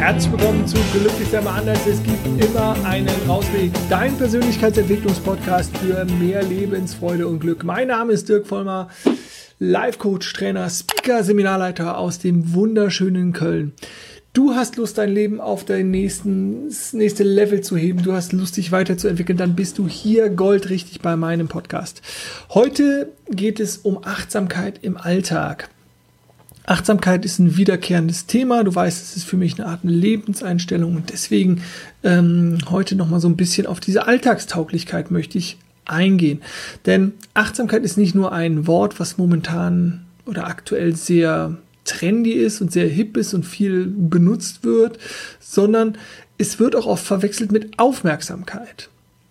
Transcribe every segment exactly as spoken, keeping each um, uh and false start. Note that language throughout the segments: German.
Herzlich willkommen zu Glücklich sei mal anders. Es gibt immer einen Ausweg. Dein Persönlichkeitsentwicklungspodcast für mehr Lebensfreude und Glück. Mein Name ist Dirk Vollmer, Life-Coach, Trainer, Speaker, Seminarleiter aus dem wunderschönen Köln. Du hast Lust, dein Leben auf dein nächsten, das nächste Level zu heben. Du hast Lust, dich weiterzuentwickeln. Dann bist du hier goldrichtig bei meinem Podcast. Heute geht es um Achtsamkeit im Alltag. Achtsamkeit ist ein wiederkehrendes Thema. Du weißt, es ist für mich eine Art Lebenseinstellung und deswegen ähm, heute nochmal so ein bisschen auf diese Alltagstauglichkeit möchte ich eingehen. Denn Achtsamkeit ist nicht nur ein Wort, was momentan oder aktuell sehr trendy ist und sehr hip ist und viel benutzt wird, sondern es wird auch oft verwechselt mit Aufmerksamkeit.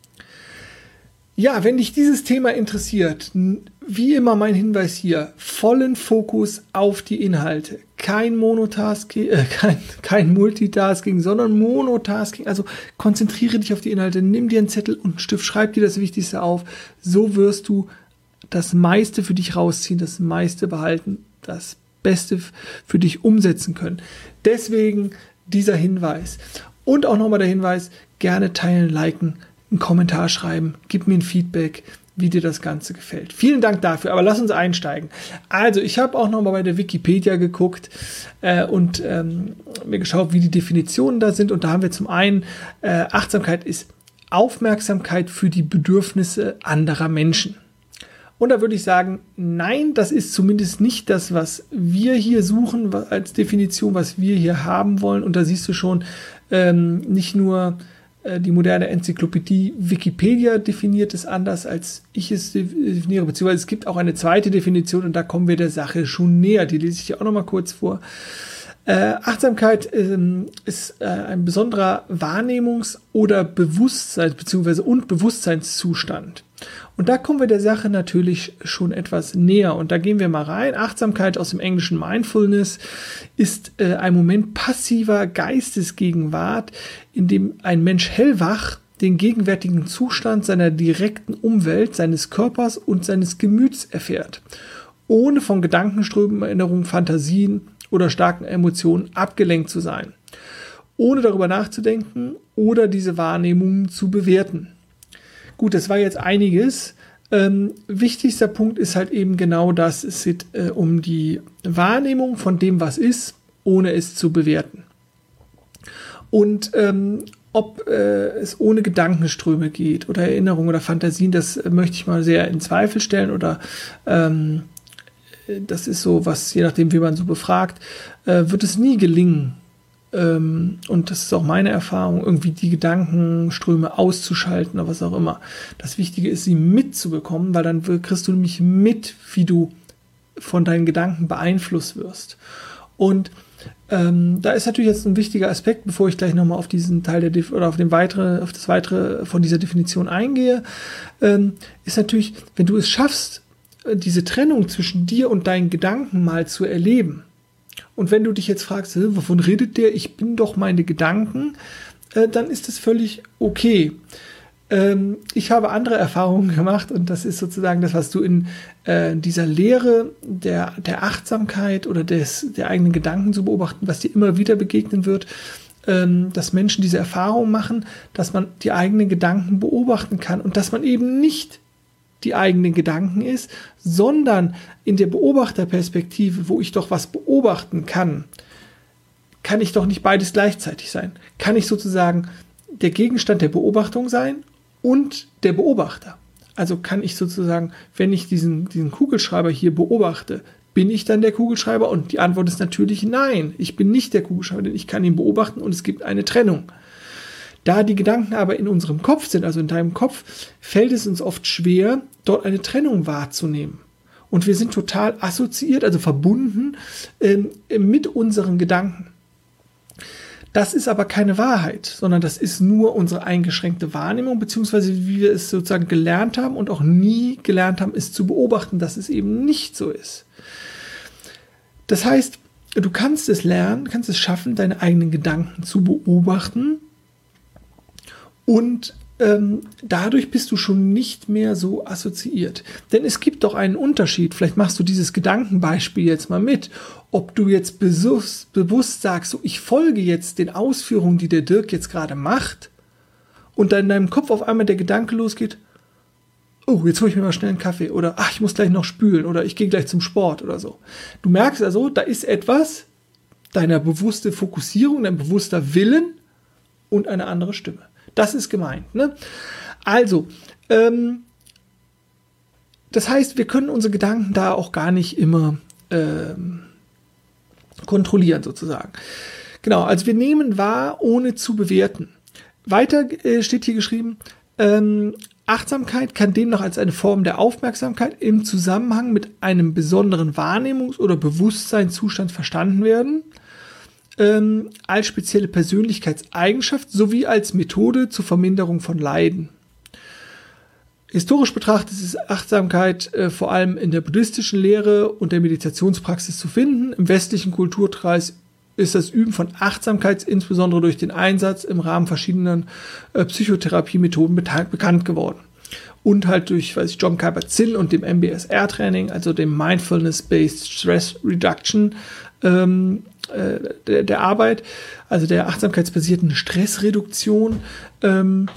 Ja, wenn dich dieses Thema interessiert, wie immer mein Hinweis hier, vollen Fokus auf die Inhalte. Kein Monotasking, äh, kein, kein Multitasking, sondern Monotasking. Also konzentriere dich auf die Inhalte, nimm dir einen Zettel und einen Stift, schreib dir das Wichtigste auf. So wirst du das meiste für dich rausziehen, das meiste behalten, das Beste für dich umsetzen können. Deswegen dieser Hinweis. Und auch nochmal der Hinweis, gerne teilen, liken, einen Kommentar schreiben, gib mir ein Feedback, wie dir das Ganze gefällt. Vielen Dank dafür, aber lass uns einsteigen. Also, ich habe auch nochmal bei der Wikipedia geguckt äh, und ähm, mir geschaut, wie die Definitionen da sind. Und da haben wir zum einen, äh, Achtsamkeit ist Aufmerksamkeit für die Bedürfnisse anderer Menschen. Und da würde ich sagen, nein, das ist zumindest nicht das, was wir hier suchen als Definition, was wir hier haben wollen. Und da siehst du schon, ähm, nicht nur die moderne Enzyklopädie Wikipedia definiert es anders, als ich es definiere, beziehungsweise es gibt auch eine zweite Definition und da kommen wir der Sache schon näher. Die lese ich dir auch noch mal kurz vor. Äh, Achtsamkeit ähm, ist äh, ein besonderer Wahrnehmungs- oder Bewusstseins- beziehungsweise und Bewusstseinszustand. Und da kommen wir der Sache natürlich schon etwas näher. Und da gehen wir mal rein. Achtsamkeit aus dem englischen Mindfulness ist äh, ein Moment passiver Geistesgegenwart, in dem ein Mensch hellwach den gegenwärtigen Zustand seiner direkten Umwelt, seines Körpers und seines Gemüts erfährt, ohne von Gedankenströmen, Erinnerungen, Fantasien oder starken Emotionen abgelenkt zu sein, ohne darüber nachzudenken oder diese Wahrnehmungen zu bewerten. Gut, das war jetzt einiges. Ähm, wichtigster Punkt ist halt eben genau das. Es geht äh, um die Wahrnehmung von dem, was ist, ohne es zu bewerten. Und ähm, ob äh, es ohne Gedankenströme geht oder Erinnerungen oder Fantasien, das äh, möchte ich mal sehr in Zweifel stellen oder ähm, das ist so, was je nachdem, wie man so befragt, äh, wird es nie gelingen. Ähm, und das ist auch meine Erfahrung, irgendwie die Gedankenströme auszuschalten oder was auch immer. Das Wichtige ist, sie mitzubekommen, weil dann kriegst du nämlich mit, wie du von deinen Gedanken beeinflusst wirst. Und ähm, da ist natürlich jetzt ein wichtiger Aspekt, bevor ich gleich nochmal auf diesen Teil der Def- oder auf den weitere, auf das weitere von dieser Definition eingehe, ähm, ist natürlich, wenn du es schaffst, diese Trennung zwischen dir und deinen Gedanken mal zu erleben. Und wenn du dich jetzt fragst, wovon redet der? Ich bin doch meine Gedanken, äh, dann ist das völlig okay. Ähm, ich habe andere Erfahrungen gemacht und das ist sozusagen das, was du in äh, dieser Lehre der, der Achtsamkeit oder des, der eigenen Gedanken zu beobachten, was dir immer wieder begegnen wird, ähm, dass Menschen diese Erfahrung machen, dass man die eigenen Gedanken beobachten kann und dass man eben nicht die eigenen Gedanken ist, sondern in der Beobachterperspektive, wo ich doch was beobachten kann, kann ich doch nicht beides gleichzeitig sein. Kann ich sozusagen der Gegenstand der Beobachtung sein und der Beobachter. Also kann ich sozusagen, wenn ich diesen, diesen Kugelschreiber hier beobachte, bin ich dann der Kugelschreiber? Und die Antwort ist natürlich nein, ich bin nicht der Kugelschreiber, denn ich kann ihn beobachten und es gibt eine Trennung. Da die Gedanken aber in unserem Kopf sind, also in deinem Kopf, fällt es uns oft schwer, dort eine Trennung wahrzunehmen. Und wir sind total assoziiert, also verbunden ähm, mit unseren Gedanken. Das ist aber keine Wahrheit, sondern das ist nur unsere eingeschränkte Wahrnehmung, beziehungsweise wie wir es sozusagen gelernt haben und auch nie gelernt haben, es zu beobachten, dass es eben nicht so ist. Das heißt, du kannst es lernen, kannst es schaffen, deine eigenen Gedanken zu beobachten und ähm, dadurch bist du schon nicht mehr so assoziiert. Denn es gibt doch einen Unterschied, vielleicht machst du dieses Gedankenbeispiel jetzt mal mit, ob du jetzt bewusst, bewusst sagst, so, ich folge jetzt den Ausführungen, die der Dirk jetzt gerade macht, und dann in deinem Kopf auf einmal der Gedanke losgeht, oh, jetzt hole ich mir mal schnell einen Kaffee, oder ach, ich muss gleich noch spülen, oder ich gehe gleich zum Sport oder so. Du merkst also, da ist etwas, deiner bewusste Fokussierung, dein bewusster Willen und eine andere Stimme. Das ist gemeint. Ne? Also, ähm, das heißt, wir können unsere Gedanken da auch gar nicht immer ähm, kontrollieren, sozusagen. Genau, also wir nehmen wahr, ohne zu bewerten. Weiter äh, steht hier geschrieben, ähm, Achtsamkeit kann demnach als eine Form der Aufmerksamkeit im Zusammenhang mit einem besonderen Wahrnehmungs- oder Bewusstseinszustand verstanden werden, ähm, als spezielle Persönlichkeitseigenschaft sowie als Methode zur Verminderung von Leiden. Historisch betrachtet ist Achtsamkeit äh, vor allem in der buddhistischen Lehre und der Meditationspraxis zu finden. Im westlichen Kulturkreis ist das Üben von Achtsamkeit insbesondere durch den Einsatz im Rahmen verschiedener äh, Psychotherapiemethoden bekannt geworden. Und halt durch, weiß ich, John Kabat-Zinn und dem M B S R-Training, also dem Mindfulness-Based Stress Reduction ähm, äh, der, der Arbeit, also der achtsamkeitsbasierten Stressreduktion. Ähm,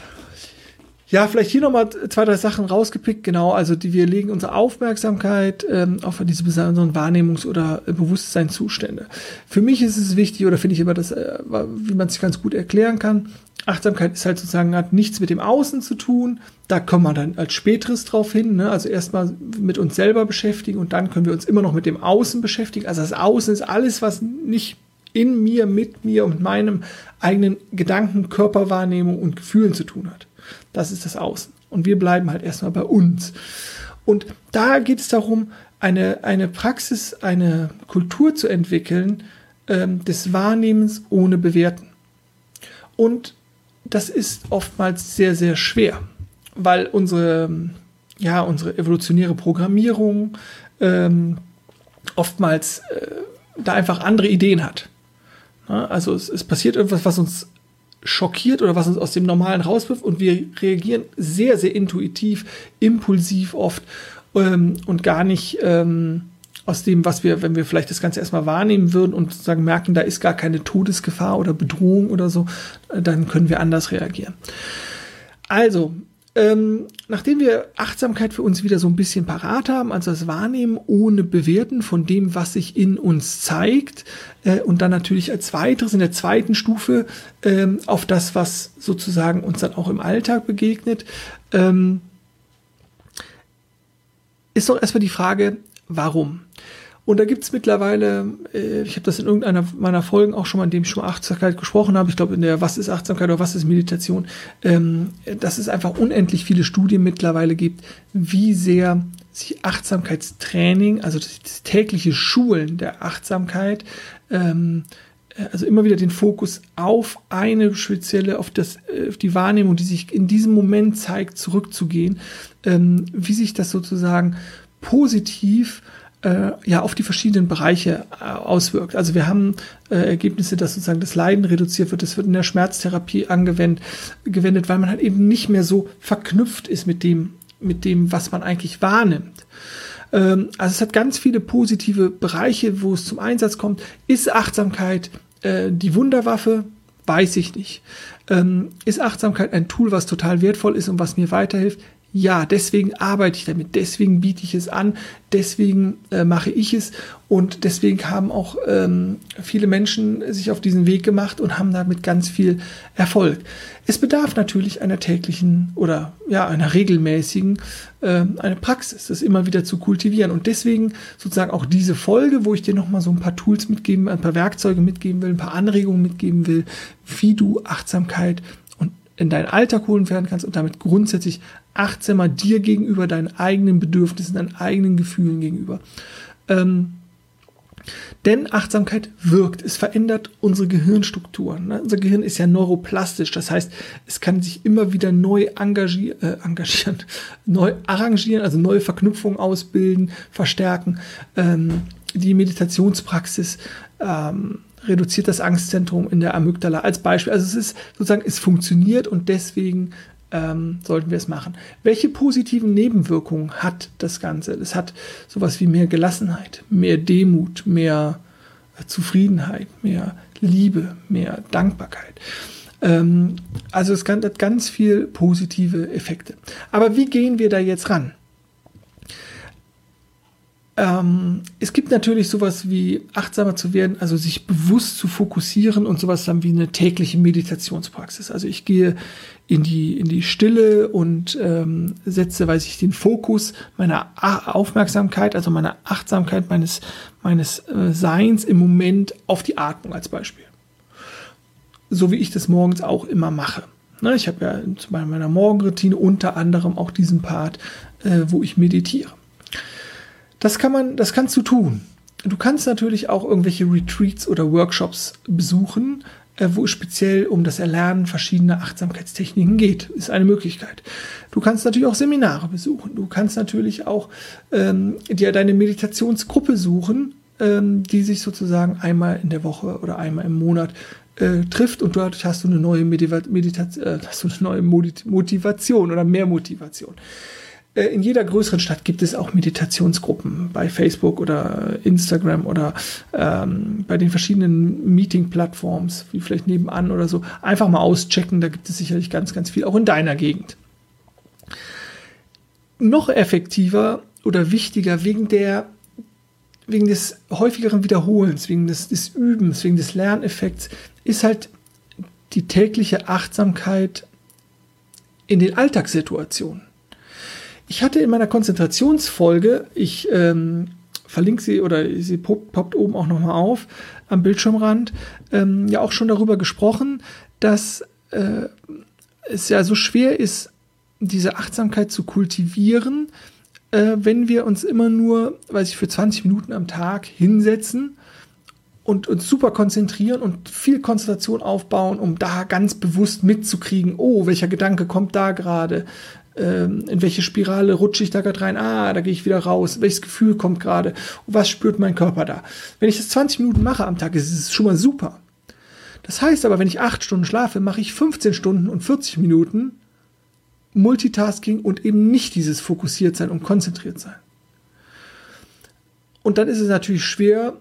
Ja, vielleicht hier nochmal zwei, drei Sachen rausgepickt. Genau, also die, wir legen unsere Aufmerksamkeit ähm, auf diese besonderen Wahrnehmungs- oder äh, Bewusstseinszustände. Für mich ist es wichtig, oder finde ich immer, das, äh, wie man es sich ganz gut erklären kann, Achtsamkeit ist halt sozusagen, hat nichts mit dem Außen zu tun. Da kommen wir dann als späteres drauf hin. Ne? Also erstmal mit uns selber beschäftigen und dann können wir uns immer noch mit dem Außen beschäftigen. Also das Außen ist alles, was nicht in mir, mit mir und meinem eigenen Gedanken, Körperwahrnehmung und Gefühlen zu tun hat. Das ist das Außen. Und wir bleiben halt erstmal bei uns. Und da geht es darum, eine, eine Praxis, eine Kultur zu entwickeln, ähm, des Wahrnehmens ohne Bewerten. Und das ist oftmals sehr, sehr schwer, weil unsere, ja, unsere evolutionäre Programmierung ähm, oftmals äh, da einfach andere Ideen hat. Ja, also es, es passiert irgendwas, was uns schockiert oder was uns aus dem Normalen rauswirft und wir reagieren sehr, sehr intuitiv, impulsiv oft ähm, und gar nicht ähm, aus dem, was wir, wenn wir vielleicht das Ganze erstmal wahrnehmen würden und sozusagen merken, da ist gar keine Todesgefahr oder Bedrohung oder so, äh, dann können wir anders reagieren. Also, Ähm, nachdem wir Achtsamkeit für uns wieder so ein bisschen parat haben, also das Wahrnehmen ohne Bewerten von dem, was sich in uns zeigt, äh, und dann natürlich als weiteres in der zweiten Stufe ähm, auf das, was sozusagen uns dann auch im Alltag begegnet, ähm, ist doch erstmal die Frage, warum? Und da gibt es mittlerweile, äh, ich habe das in irgendeiner meiner Folgen auch schon mal, in dem ich schon mal Achtsamkeit gesprochen habe, ich glaube in der Was ist Achtsamkeit oder Was ist Meditation, ähm, dass es einfach unendlich viele Studien mittlerweile gibt, wie sehr sich Achtsamkeitstraining, also das, das tägliche Schulen der Achtsamkeit, ähm, also immer wieder den Fokus auf eine spezielle, auf, das, auf die Wahrnehmung, die sich in diesem Moment zeigt, zurückzugehen, ähm, wie sich das sozusagen positiv Äh, ja, auf die verschiedenen Bereiche äh, auswirkt. Also wir haben äh, Ergebnisse, dass sozusagen das Leiden reduziert wird, das wird in der Schmerztherapie angewendet, gewendet, weil man halt eben nicht mehr so verknüpft ist mit dem, mit dem, was man eigentlich wahrnimmt. Ähm, also es hat ganz viele positive Bereiche, wo es zum Einsatz kommt. Ist Achtsamkeit äh, die Wunderwaffe? Weiß ich nicht. Ähm, ist Achtsamkeit ein Tool, was total wertvoll ist und was mir weiterhilft? Ja, deswegen arbeite ich damit, deswegen biete ich es an, deswegen äh, mache ich es und deswegen haben auch ähm, viele Menschen sich auf diesen Weg gemacht und haben damit ganz viel Erfolg. Es bedarf natürlich einer täglichen oder ja einer regelmäßigen äh, eine Praxis, das immer wieder zu kultivieren und deswegen sozusagen auch diese Folge, wo ich dir nochmal so ein paar Tools mitgeben, ein paar Werkzeuge mitgeben will, ein paar Anregungen mitgeben will, wie du Achtsamkeit in deinen Alltag holen werden kannst und damit grundsätzlich achtsamer dir gegenüber, deinen eigenen Bedürfnissen, deinen eigenen Gefühlen gegenüber. Ähm, denn Achtsamkeit wirkt, es verändert unsere Gehirnstrukturen. Ne? Unser Gehirn ist ja neuroplastisch, das heißt, es kann sich immer wieder neu engagier- äh, engagieren, neu arrangieren, also neue Verknüpfungen ausbilden, verstärken. Ähm, die Meditationspraxis ähm, reduziert das Angstzentrum in der Amygdala als Beispiel. Also es ist sozusagen, es funktioniert und deswegen ähm, sollten wir es machen. Welche positiven Nebenwirkungen hat das Ganze? Es hat sowas wie mehr Gelassenheit, mehr Demut, mehr äh, Zufriedenheit, mehr Liebe, mehr Dankbarkeit. Ähm, also es hat ganz viel positive Effekte. Aber wie gehen wir da jetzt ran? Ähm, es gibt natürlich sowas wie achtsamer zu werden, also sich bewusst zu fokussieren und sowas dann wie eine tägliche Meditationspraxis. Also ich gehe in die, in die Stille und ähm, setze, weiß ich, den Fokus meiner Aufmerksamkeit, also meiner Achtsamkeit, meines, meines äh, Seins im Moment auf die Atmung als Beispiel. So wie ich das morgens auch immer mache. Ne, ich habe ja bei meiner Morgenroutine unter anderem auch diesen Part, äh, wo ich meditiere. Das kann man, das kannst du tun. Du kannst natürlich auch irgendwelche Retreats oder Workshops besuchen, äh, wo es speziell um das Erlernen verschiedener Achtsamkeitstechniken geht. Ist eine Möglichkeit. Du kannst natürlich auch Seminare besuchen. Du kannst natürlich auch ähm, dir deine Meditationsgruppe suchen, ähm, die sich sozusagen einmal in der Woche oder einmal im Monat äh, trifft und dadurch hast du eine neue Medita- Medita- äh, hast du eine neue Motivation oder mehr Motivation. In jeder größeren Stadt gibt es auch Meditationsgruppen bei Facebook oder Instagram oder ähm, bei den verschiedenen Meeting-Plattforms, wie vielleicht nebenan oder so. Einfach mal auschecken, da gibt es sicherlich ganz, ganz viel, auch in deiner Gegend. Noch effektiver oder wichtiger wegen der, wegen des häufigeren Wiederholens, wegen des, des Übens, wegen des Lerneffekts, ist halt die tägliche Achtsamkeit in den Alltagssituationen. Ich hatte in meiner Konzentrationsfolge, ich ähm, verlinke sie oder sie poppt, poppt oben auch nochmal auf am Bildschirmrand, ähm, ja auch schon darüber gesprochen, dass äh, es ja so schwer ist, diese Achtsamkeit zu kultivieren, äh, wenn wir uns immer nur, weiß ich, für zwanzig Minuten am Tag hinsetzen und uns super konzentrieren und viel Konzentration aufbauen, um da ganz bewusst mitzukriegen, oh, welcher Gedanke kommt da gerade, in welche Spirale rutsche ich da gerade rein, ah, da gehe ich wieder raus, welches Gefühl kommt gerade, was spürt mein Körper da. Wenn ich das zwanzig Minuten mache am Tag, ist es schon mal super. Das heißt aber, wenn ich acht Stunden schlafe, mache ich fünfzehn Stunden und vierzig Minuten Multitasking und eben nicht dieses fokussiert sein und konzentriert sein. Und dann ist es natürlich schwer,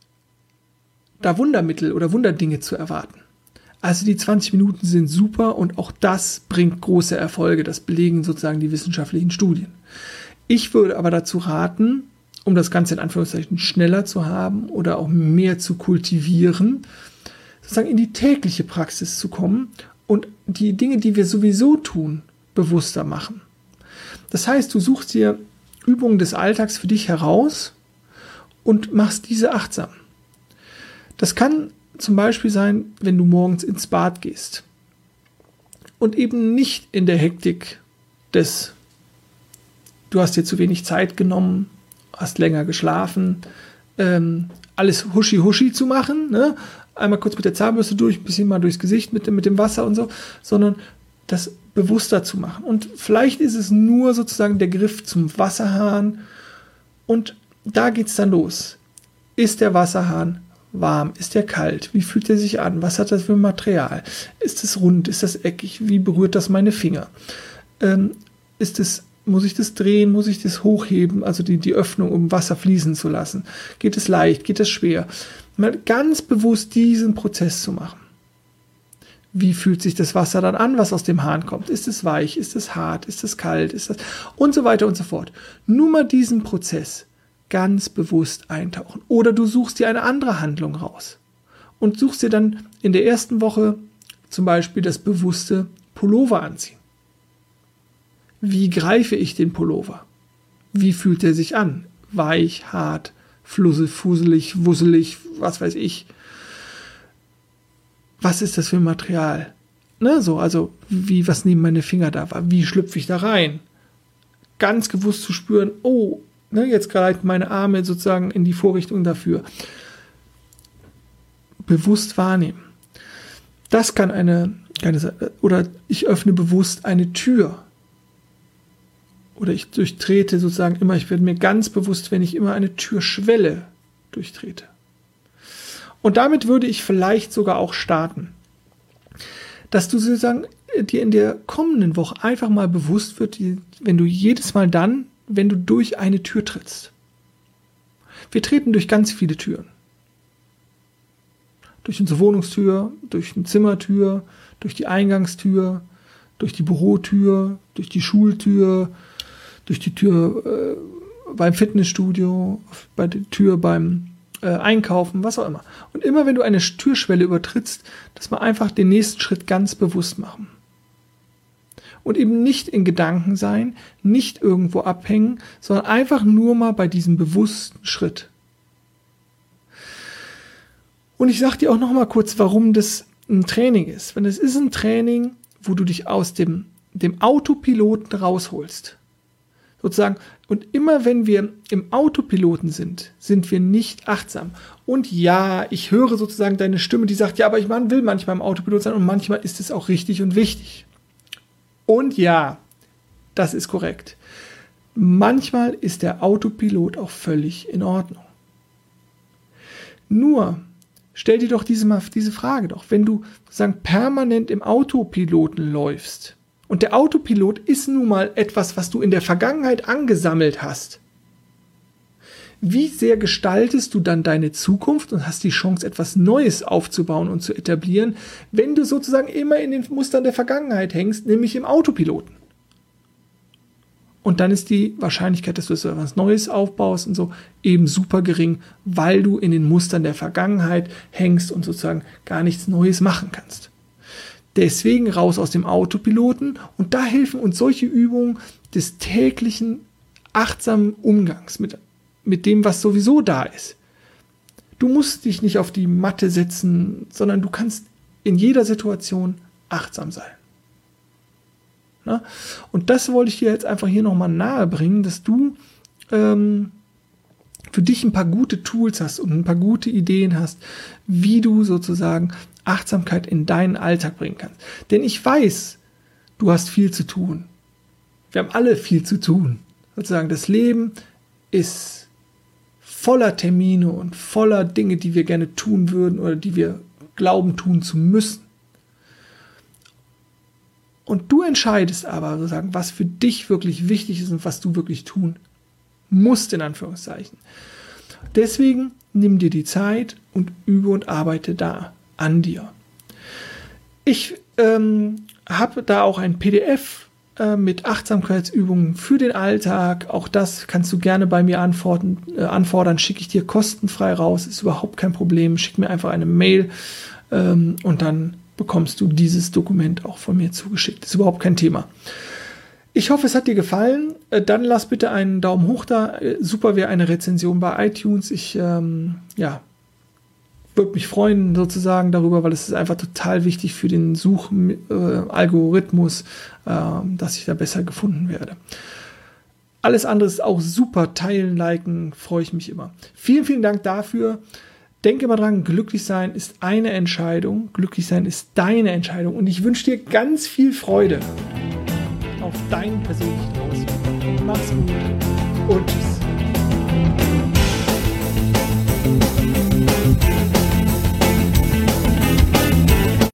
da Wundermittel oder Wunderdinge zu erwarten. Also die zwanzig Minuten sind super und auch das bringt große Erfolge. Das belegen sozusagen die wissenschaftlichen Studien. Ich würde aber dazu raten, um das Ganze in Anführungszeichen schneller zu haben oder auch mehr zu kultivieren, sozusagen in die tägliche Praxis zu kommen und die Dinge, die wir sowieso tun, bewusster machen. Das heißt, du suchst dir Übungen des Alltags für dich heraus und machst diese achtsam. Das kann zum Beispiel sein, wenn du morgens ins Bad gehst und eben nicht in der Hektik des, du hast dir zu wenig Zeit genommen, hast länger geschlafen, ähm, alles huschi-huschi zu machen, ne? Einmal kurz mit der Zahnbürste durch, ein bisschen mal durchs Gesicht mit, mit dem Wasser und so, sondern das bewusster zu machen. Und vielleicht ist es nur sozusagen der Griff zum Wasserhahn und da geht es dann los. Ist der Wasserhahn warm? Ist der kalt? Wie fühlt er sich an? Was hat das für ein Material? Ist es rund? Ist das eckig? Wie berührt das meine Finger? Ähm, ist es, muss ich das drehen? Muss ich das hochheben? Also die, die Öffnung, um Wasser fließen zu lassen. Geht es leicht? Geht es schwer? Mal ganz bewusst diesen Prozess zu machen. Wie fühlt sich das Wasser dann an, was aus dem Hahn kommt? Ist es weich? Ist es hart? Ist es kalt? Ist das? Und so weiter und so fort. Nur mal diesen Prozess ganz bewusst eintauchen. Oder du suchst dir eine andere Handlung raus und suchst dir dann in der ersten Woche zum Beispiel das bewusste Pullover anziehen. Wie greife ich den Pullover? Wie fühlt er sich an? Weich, hart, fuselig, wusselig, was weiß ich. Was ist das für ein Material? Ne, so, also wie, was nehmen meine Finger da? Wie schlüpfe ich da rein? Ganz gewusst zu spüren, oh, ne, jetzt greifen meine Arme sozusagen in die Vorrichtung dafür. Bewusst wahrnehmen. Das kann eine, keine, oder ich öffne bewusst eine Tür. Oder ich durchtrete sozusagen immer, ich werde mir ganz bewusst, wenn ich immer eine Türschwelle durchtrete. Und damit würde ich vielleicht sogar auch starten. Dass du sozusagen dir in der kommenden Woche einfach mal bewusst wird, wenn du jedes Mal dann, wenn du durch eine Tür trittst. Wir treten durch ganz viele Türen. Durch unsere Wohnungstür, durch eine Zimmertür, durch die Eingangstür, durch die Bürotür, durch die Schultür, durch die Tür äh, beim Fitnessstudio, bei der Tür beim äh, Einkaufen, was auch immer. Und immer wenn du eine Türschwelle übertrittst, dass wir einfach den nächsten Schritt ganz bewusst machen. Und eben nicht in Gedanken sein, nicht irgendwo abhängen, sondern einfach nur mal bei diesem bewussten Schritt. Und ich sage dir auch noch mal kurz, warum das ein Training ist. Wenn es ist ein Training, wo du dich aus dem, dem Autopiloten rausholst. Sozusagen. Und immer wenn wir im Autopiloten sind, sind wir nicht achtsam. Und ja, ich höre sozusagen deine Stimme, die sagt, ja, aber ich man will manchmal im Autopilot sein und manchmal ist es auch richtig und wichtig. Und ja, das ist korrekt. Manchmal ist der Autopilot auch völlig in Ordnung. Nur, stell dir doch diese, mal diese Frage doch, wenn du sozusagen permanent im Autopiloten läufst und der Autopilot ist nun mal etwas, was du in der Vergangenheit angesammelt hast, wie sehr gestaltest du dann deine Zukunft und hast die Chance, etwas Neues aufzubauen und zu etablieren, wenn du sozusagen immer in den Mustern der Vergangenheit hängst, nämlich im Autopiloten? Und dann ist die Wahrscheinlichkeit, dass du etwas Neues aufbaust und so eben super gering, weil du in den Mustern der Vergangenheit hängst und sozusagen gar nichts Neues machen kannst. Deswegen raus aus dem Autopiloten und da helfen uns solche Übungen des täglichen achtsamen Umgangs mit, mit dem, was sowieso da ist. Du musst dich nicht auf die Matte setzen, sondern du kannst in jeder Situation achtsam sein. Na? Und das wollte ich dir jetzt einfach hier nochmal nahe bringen, dass du ähm, für dich ein paar gute Tools hast und ein paar gute Ideen hast, wie du sozusagen Achtsamkeit in deinen Alltag bringen kannst. Denn ich weiß, du hast viel zu tun. Wir haben alle viel zu tun. Sozusagen das Leben ist voller Termine und voller Dinge, die wir gerne tun würden oder die wir glauben tun zu müssen. Und du entscheidest aber sozusagen, was für dich wirklich wichtig ist und was du wirklich tun musst, in Anführungszeichen. Deswegen nimm dir die Zeit und übe und arbeite da an dir. Ich ähm, habe da auch ein P D F äh, mit Achtsamkeitsübungen für den Alltag. Auch das kannst du gerne bei mir antworten, äh, anfordern. Schicke ich dir kostenfrei raus. Ist überhaupt kein Problem. Schick mir einfach eine Mail ähm, und dann bekommst du dieses Dokument auch von mir zugeschickt. Ist überhaupt kein Thema. Ich hoffe, es hat dir gefallen. Äh, dann lass bitte einen Daumen hoch da. Äh, super wäre eine Rezension bei iTunes. Ich ähm, ja, würde mich freuen sozusagen darüber, weil es ist einfach total wichtig für den Suchalgorithmus, äh, äh, dass ich da besser gefunden werde. Alles andere ist auch super. Teilen, liken, freue ich mich immer. Vielen, vielen Dank dafür. Denke mal dran, glücklich sein ist eine Entscheidung. Glücklich sein ist deine Entscheidung. Und ich wünsche dir ganz viel Freude auf deinen persönlichen Ausweg. Mach's gut und tschüss.